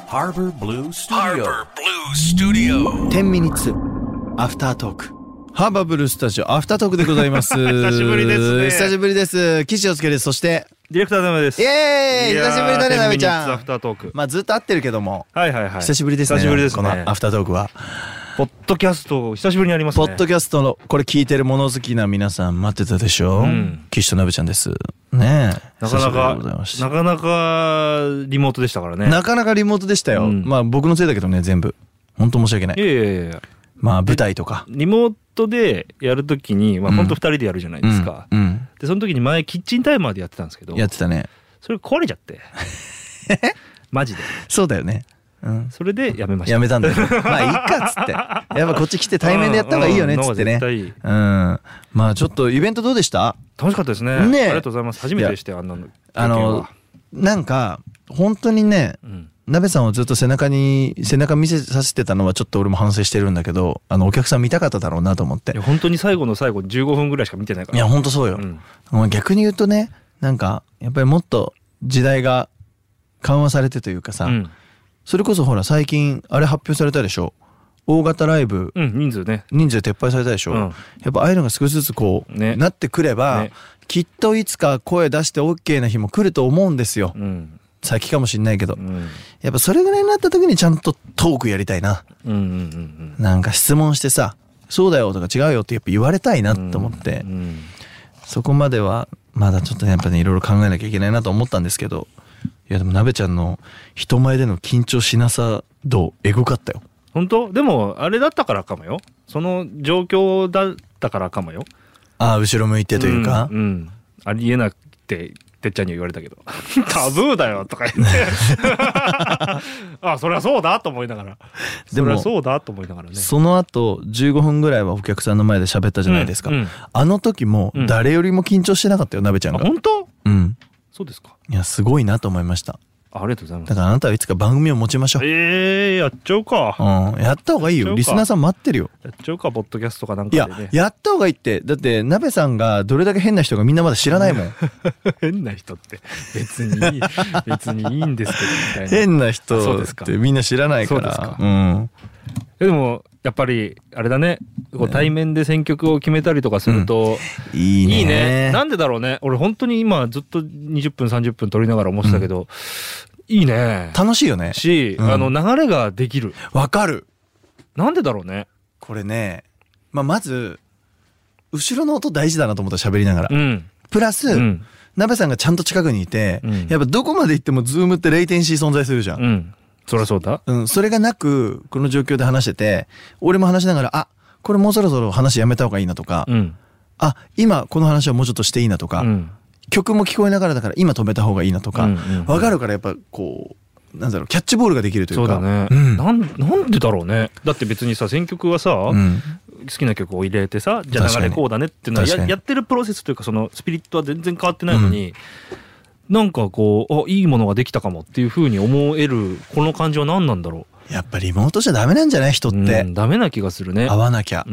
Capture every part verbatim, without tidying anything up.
Harbor Blue Studio. Harbor Blue Studio. テンミニッツアフタートーク。ハーバーブルースタジオアフタートークでございます久しぶりですね。 久しぶりです。岸洋介です。そしてディレクターナメです。 イエーイ、久しぶりだねなめちゃん。 アフタートーク。 まあずっと会ってるけども、 はいはいはい。 久しぶりですね。 久しぶりですね。 このアフタートークはポッドキャスト久しぶりにありますね。 ポッドキャストのこれ聞いてる物好きな皆さん待ってたでしょ、うん、岸となべちゃんですね。 なかなかなかなかリモートでしたからね。 なかなかリモートでしたよ、うん、まあ僕のせいだけどね、全部本当申し訳ない。 いやいやいや、 まあ舞台とかリモートでやるときに、まあ本当二人でやるじゃないですか、うんうん、でその時に前キッチンタイマーでやってたんですけど、 やってたね。 それ壊れちゃってマジで。 そうだよね、うん、 それでやめました。 やめたんだよまあいいかっつってやっぱこっち来て対面でやった方がいいよねっつってね、うん、まあちょっとイベントどうでした？ 楽しかったですね。ね、ありがとうございます。初めてでしたよ、あんなの。 あのなんか本当にね、うん、なべさんをずっと背中に背中見せさせてたのはちょっと俺も反省してるんだけど、あのお客さん見たかっただろうなと思って。 いや本当に最後の最後じゅうごふんぐらいしか見てないから。 いや本当そうよ、うん、逆に言うとね、なんかやっぱりもっと時代が緩和されてというかさ、うん、それこそほら最近あれ発表されたでしょ、大型ライブ、うん、人数ね人数撤廃されたでしょ、うん、やっぱああいうのが少しずつこう、ね、なってくれば、ね、きっといつか声出して OK な日も来ると思うんですよ、うん、先かもしんないけど、うん、やっぱそれぐらいになった時にちゃんとトークやりたいな、うんうんうんうん、なんか質問してさ、そうだよとか違うよってやっぱ言われたいなと思って、うんうん、そこまではまだちょっとやっぱねいろいろ考えなきゃいけないなと思ったんですけど、いやでもなべちゃんの人前での緊張しなさ度エゴかったよ。 本当？でもあれだったからかもよ、その状況だったからかもよ。ああ、後ろ向いてというか、 うん、うん、ありえなくててっちゃんには言われたけどタブーだよとか言ってあ、そりゃそうだと思いながら、でもそりゃそうだと思いながらね。 その後じゅうごふんぐらいはお客さんの前で喋ったじゃないですか、うんうん、あの時も誰よりも緊張してなかったよ、なべちゃんが。 本当？ うん、 そうですか。 いやすごいなと思いました。 あ, ありがとうございます。 だからあなたはいつか番組を持ちましょう。 えー、やっちゃうか、 うん、やった方がいいよ。リスナーさん待ってるよ。 やっちゃうか、ポッドキャストかなんかでね。 いややった方がいいって。だってなべさんがどれだけ変な人がみんなまだ知らないもん変な人って別にいい別にいいんですけどみたいな。 変な人ってみんな知らないから。そうですか、うん、 でもやっぱりあれだね、こう対面で選曲を決めたりとかすると、 うん、いいね。 いいね。なんでだろうね。俺本当に今ずっとにじゅっぷんさんじゅっぷん撮りながら思ってたけど、うん、いいね。 楽しいよね。 し、うん、あの流れができる。 わかる。 なんでだろうね。 これね、まあ、まず後ろの音大事だなと思った、喋りながら、うん、プラス、うん、なべさんがちゃんと近くにいて、うん、やっぱどこまで行ってもズームってレイテンシー存在するじゃん、うん、 そりゃそうだ、 うん、それがなくこの状況で話してて、俺も話しながら、あ、これもうそろそろ話やめた方がいいなとか、うん、あ、今この話はもうちょっとしていいなとか、うん、曲も聞こえながらだから今止めた方がいいなとか、うんうんうん、分かるから、やっぱこうなんだろう、キャッチボールができるというか。 そうだね、うん、なん、なんでだろうね。だって別にさ、選曲はさ、うん、好きな曲を入れてさ、じゃあ流れこうだねっていうのは や, やってるプロセスというか、そのスピリットは全然変わってないのに、うん、なんかこう、あ、いいものができたかもっていう風に思えるこの感じは何なんだろう。やっぱリモートじゃダメなんじゃない、人って、うん、 ダメな気がするね。 合わなきゃ、 うん、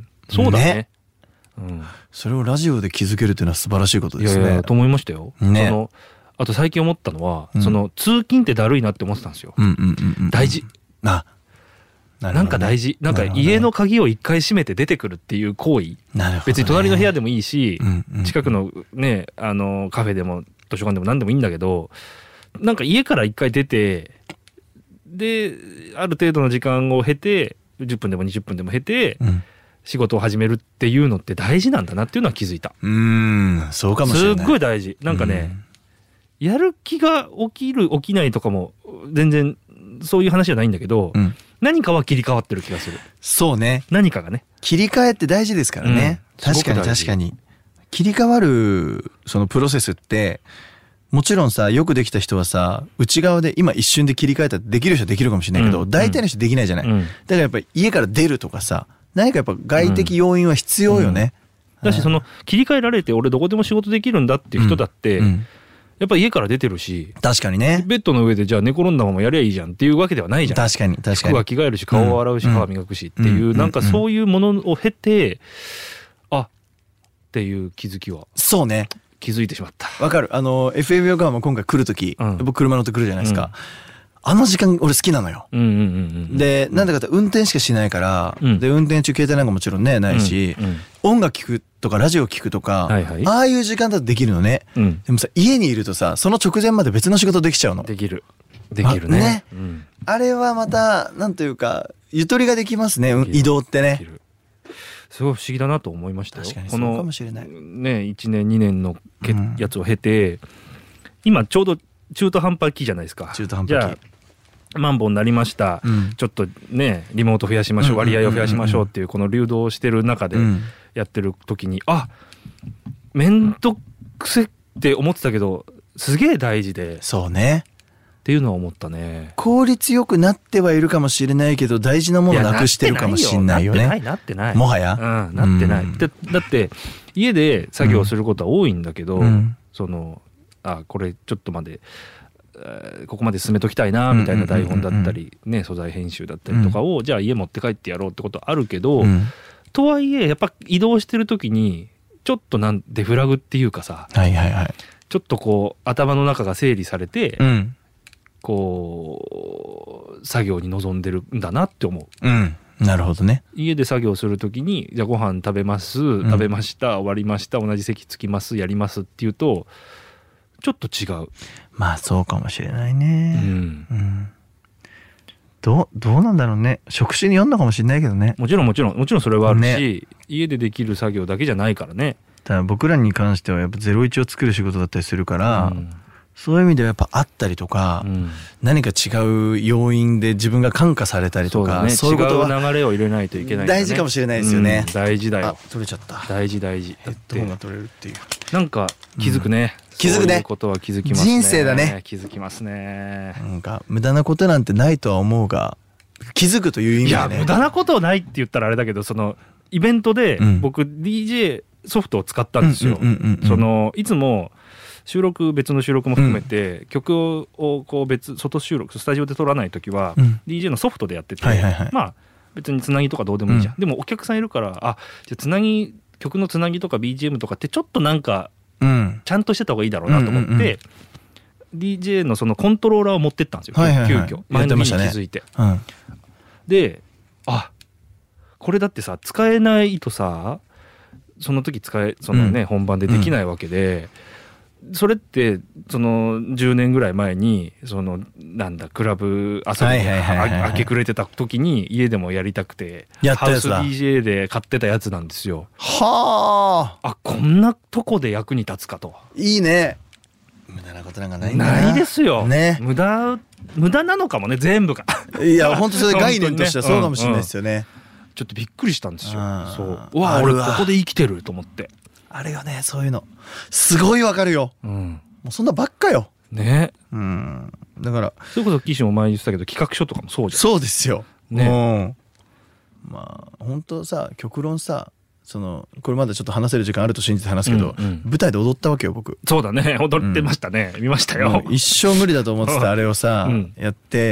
そうだね、ね、 うん、それをラジオで気づけるっていうのは素晴らしいことですね。 いやいやと思いましたよ、ね。そのあと最近思ったのは、うん、その通勤ってだるいなって思ってたんですよ、うんうんうんうん、大事。 あ、 な, なんか大事。なんか家の鍵を一回閉めて出てくるっていう行為、ね、別に隣の部屋でもいいし、うんうんうん、近くのね、あのカフェでも図書館でも何でもいいんだけど、なんか家から一回出て、である程度の時間を経てじゅっぷんでもにじゅっぷんでも経て、うん、仕事を始めるっていうのって大事なんだなっていうのは気づいた。 うーん、そうかもしれない。 すっごい大事。なんかね、やる気が起きる起きないとかも全然そういう話じゃないんだけど、うん、何かは切り替わってる気がする。 そうね、 何かがね、 切り替えって大事ですからね、うん、確かに確かに。切り替わるそのプロセスってもちろんさ、よくできた人はさ、内側で今一瞬で切り替えたらできる人はできるかもしれないけど、うん、大体の人できないじゃない、うん、だからやっぱり家から出るとかさ、何かやっぱ外的要因は必要よね、 うんうん、だしその切り替えられて俺どこでも仕事できるんだっていう人だって、うんうん、やっぱ家から出てるし、 確かにね、 ベッドの上でじゃあ寝転んだままやりゃいいじゃんっていうわけではないじゃん。 確かに確かに。 服は着替えるし、顔を洗うし、うん、歯磨くしっていう、うん、なんかそういうものを経て、あっていう気づきは、そうね、気づいてしまった。 わかる。あの エフエム 横浜今回来るとき、うん、僕車乗って来るじゃないですか、 あの時間俺好きなのよ、 うんうんうんうん、 でなんでかって運転しかしないから、うん、で運転中携帯なんかもちろんねないし、うんうん、音楽聴くとかラジオ聴くとか、はいはい、ああいう時間だとできるのね、うん、でもさ家にいるとさその直前まで別の仕事できちゃうの。 できるできるね、ね、 うん、あれはまたなんというかゆとりができますね、移動ってね。 すごい不思議だなと思いましたよ。 確かにそうかもしれない。 このねいちねんにねんのけ、うん、やつを経て今ちょうど中途半端期じゃないですか。 中途半端期。じゃあマンボウになりました、うん、ちょっとねリモート増やしましょう、割合を増やしましょうっていうこの流動してる中でやってる時に、うん、あめんどくせって思ってたけどすげえ大事で、 そうねっていうのは思ったね。 効率よくなってはいるかもしれないけど大事なものなくしてるかもしれないよね。 なってないなってないもはや、 うん、なってない、うん、だ, だって家で作業することは多いんだけど、うん、そのあこれちょっとまでここまで進めときたいなみたいな台本だったり、ね、素材編集だったりとかをじゃあ家持って帰ってやろうってことあるけど、うん、とはいえやっぱ移動してる時にちょっとなんデフラグっていうかさ、 はいはいはい、 ちょっとこう頭の中が整理されて、 うん、 こう作業に臨んでるんだなって思う、 うん、なるほどね。 家で作業する時にじゃあご飯食べます、うん、食べました終わりました同じ席つきますやりますっていうとちょっと違う。 まあそうかもしれないね、 うんうん、 どう、どうなんだろうね。職種に読んだかもしれないけどね。 もちろんもちろんもちろんそれはあるし、ね、家でできる作業だけじゃないからね。 ただ僕らに関してはやっぱゼロイチを作る仕事だったりするから、うん、そういう意味ではやっぱあったりとか、うん、何か違う要因で自分が感化されたりとか、 そうだね、 そういうことは違う流れを入れないといけない、ね、 大事かもしれないですよね、 うん、大事だよ。 取れちゃった。 大事大事。 ヘッドホンが取れるっていうなんか気づくね、うん、 気づくね。 そういうことは気づきますね。 人生だね。 気づきますね。 なんか無駄なことなんてないとは思うが気づくという意味でね。 いや無駄なことないって言ったらあれだけど、そのイベントで僕 ディージェー ソフトを使ったんですよ。そのいつも収録別の収録も含めて、うん、曲をこう別外収録スタジオで撮らないときは、うん、ディージェー のソフトでやってて、はいはいはい、まあ別につなぎとかどうでもいいじゃん、うん、でもお客さんいるからあじゃあつなぎ曲のつなぎとか ビージーエム とかってちょっとなんか、うん、ちゃんとしてた方がいいだろうなと思って、うんうんうん、ディージェー のそのコントローラーを持ってったんですよ、はいはいはい、急遽前の日に気づいて、うん、であこれだってさ使えないとさその時使えそのね、うん、本番でできないわけで、うん、それってそのじゅうねんぐらい前にそのなんだクラブ遊びで明け暮れてた時に家でもやりたくてハウス ディージェー で買ってたやつなんですよ。 はあ、 あこんなとこで役に立つかと。 いいね。無駄なことなんかないんだな。 ないですよ、ね、無駄無駄なのかもね全部がいや本当それ概念としてはそうかもしれないですよね、うんうん、 ちょっとびっくりしたんですよ。そううわ俺ここで生きてると思って。 あれよねそういうのすごいわかるよ、うん、もうそんなばっかよね、 うん、だからそれこそ岸も前に言ってたけど企画書とかもそうじゃん。 そうですよね、うん、まあ本当さ極論さそのこれまだちょっと話せる時間あると信じて話すけど、うんうん、舞台で踊ったわけよ僕。 そうだね踊ってましたね、うん、見ましたよ。 一生無理だと思ってたあれをさ、うん、やって、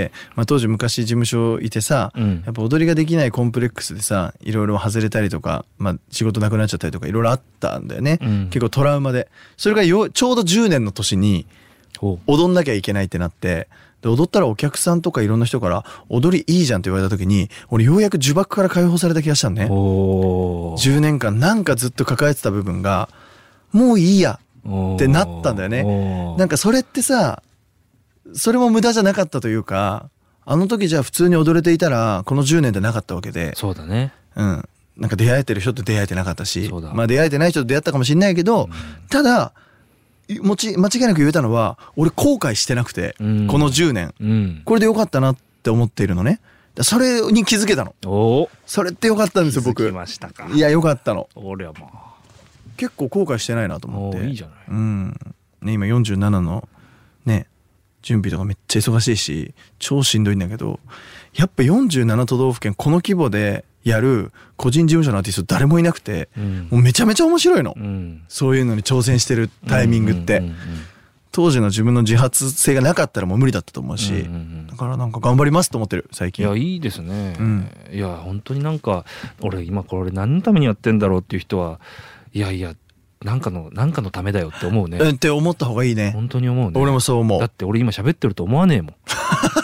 まあ、当時昔事務所いてさ、うん、やっぱ踊りができないコンプレックスでさいろいろ外れたりとか、まあ、仕事なくなっちゃったりとかいろいろあったんだよね、うん、結構トラウマで。それがよちょうどじゅうねんの年に踊んなきゃいけないってなって、で踊ったらお客さんとかいろんな人から踊りいいじゃんって言われた時に俺ようやく呪縛から解放された気がしたのね。じゅうねんかんなんかずっと抱えてた部分がもういいやってなったんだよね。なんかそれってさそれも無駄じゃなかったというか、あの時じゃあ普通に踊れていたらこのじゅうねんでなかったわけで。 そうだね、 うん、なんか出会えてる人と出会えてなかったし、まあ出会えてない人と出会ったかもしれないけど、うん、ただもち間違いなく言えたのは俺後悔してなくて、うん、このじゅうねん、うん、これでよかったなって思っているのね。それに気づけたの。おそれってよかったんですよ僕。 気づきましたか。 いやよかったの。 俺はまあ結構後悔してないなと思って。 いいじゃない、 うんね、今よんじゅうななのね準備とかめっちゃ忙しいし超しんどいんだけど、やっぱよんじゅうなな都道府県この規模でやる個人事務所のアーティスト誰もいなくて、うん、もうめちゃめちゃ面白いの、うん、そういうのに挑戦してるタイミングって、うんうんうんうん、当時の自分の自発性がなかったらもう無理だったと思うし、うんうんうん、だからなんか頑張りますと思ってる最近。 いやいいですね、うん、いや本当になんか俺今これ何のためにやってんだろうっていう人はいやいやなんかのなんかのためだよって思うね。 って思った方がいいね。 本当に思うね。 俺もそう思う。 だって俺今喋ってると思わねえもん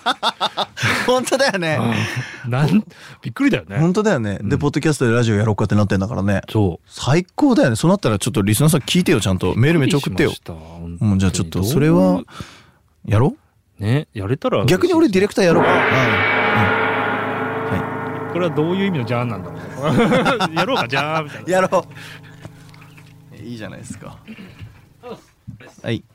本当だよね、 うん、なんびっくりだよね。 本当だよね、うん、でポッドキャストでラジオやろうかってなってんだからね。そう最高だよね。そうなったらちょっとリスナーさん聞いてよ、ちゃんとメールめっちゃ送ってよ。もうじゃあちょっとそれはやろうね。やれたら逆に俺ディレクターやろうか、うんうん、はい。これはどういう意味のじゃーんなんだろうやろうかじゃーみたいな。やろういいじゃないですか。はい。